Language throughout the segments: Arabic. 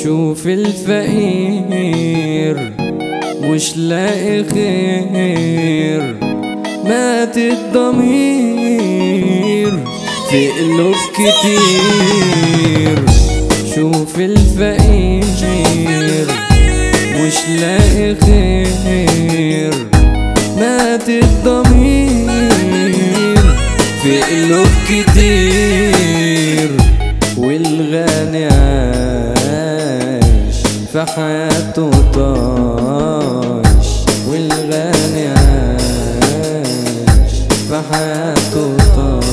شوف الفقير مش لاقي خير، مات الضمير في قلوب كتير. شوف الفقير مش لاقي خير، مات الضمير في قلوب كتير. والغني عاش في حياته طاش، والغني عاش في حياته طاش.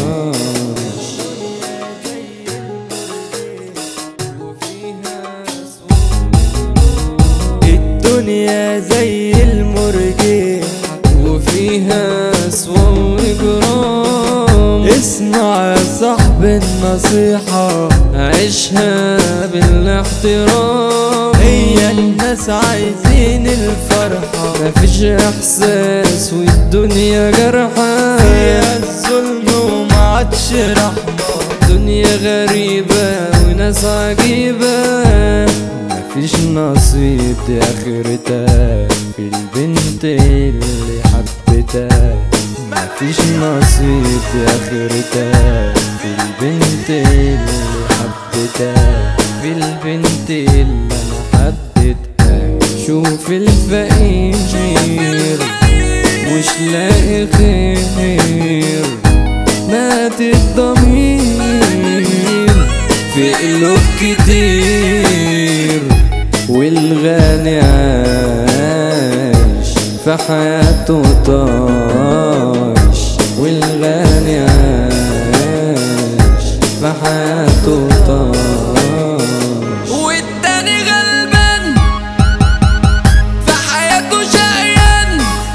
الدنيا زي المرجيح وفيها سوى وإجرام، اسمع يا صاحب النصيحة عيشها بالاحترام. هي الناس عايزين الفرحة، مفيش احساس والدنيا جرحة، فيها الظلم ومعادش رحمة. دنيا غريبة وناس عجيبة، مفيش نصيب دي اخرتها في البنت اللي حبتها. مفيش نصيب دي اخرتها في البنت اللي حبتها، في البنت اللي انا حبيتها. شوف الفقير مش لاقي خير، مات الضمير في قلوب كتير. والغني عاش في حياته طاش، والغني عاش في حياته طاش. والتاني غلبان في حياته شقيان،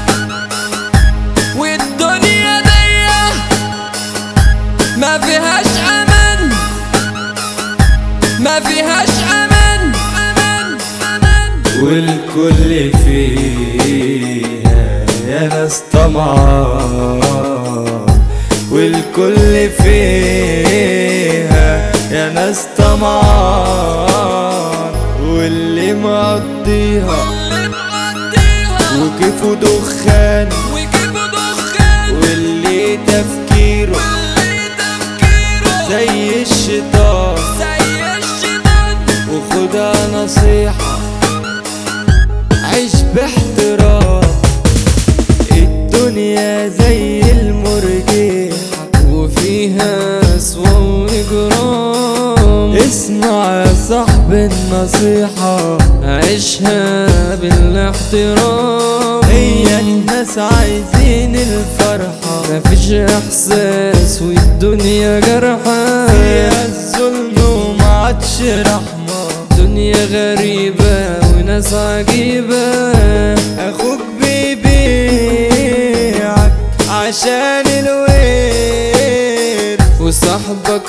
والدنيا ضيقة ما فيهاش امان، ما فيهاش امان. والكل فيها يا ناس طمعان، والكل فيها يا ناس طمعان. واللي مقضيها وكيفه دخان، واللي تفكيره زي الشيطان. وخدها نصيحة عيش باحترام، الدنيا زي المرجيح وفيها سوى وإجرام، اسمع يا صاحب النصيحة عيشها بالاحترام. هي الناس عايزين الفرحة، مفيش احساس والدنيا جرحة، فيها الظلم ومعادش رحمة. دنيا غريبة وناس عجيبة، اخوك بيبيعك عشان الوير، وصاحبك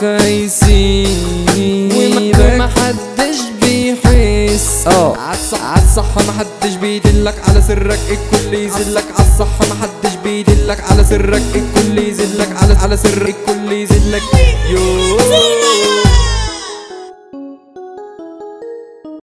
هيسيبك ومحدش بيحس. عالصح محدش بيدلك على سرك، الكل يذلك. عالصح محدش بيدلك على سرك، الكل يذلك على سرك، الكل يذلك. يو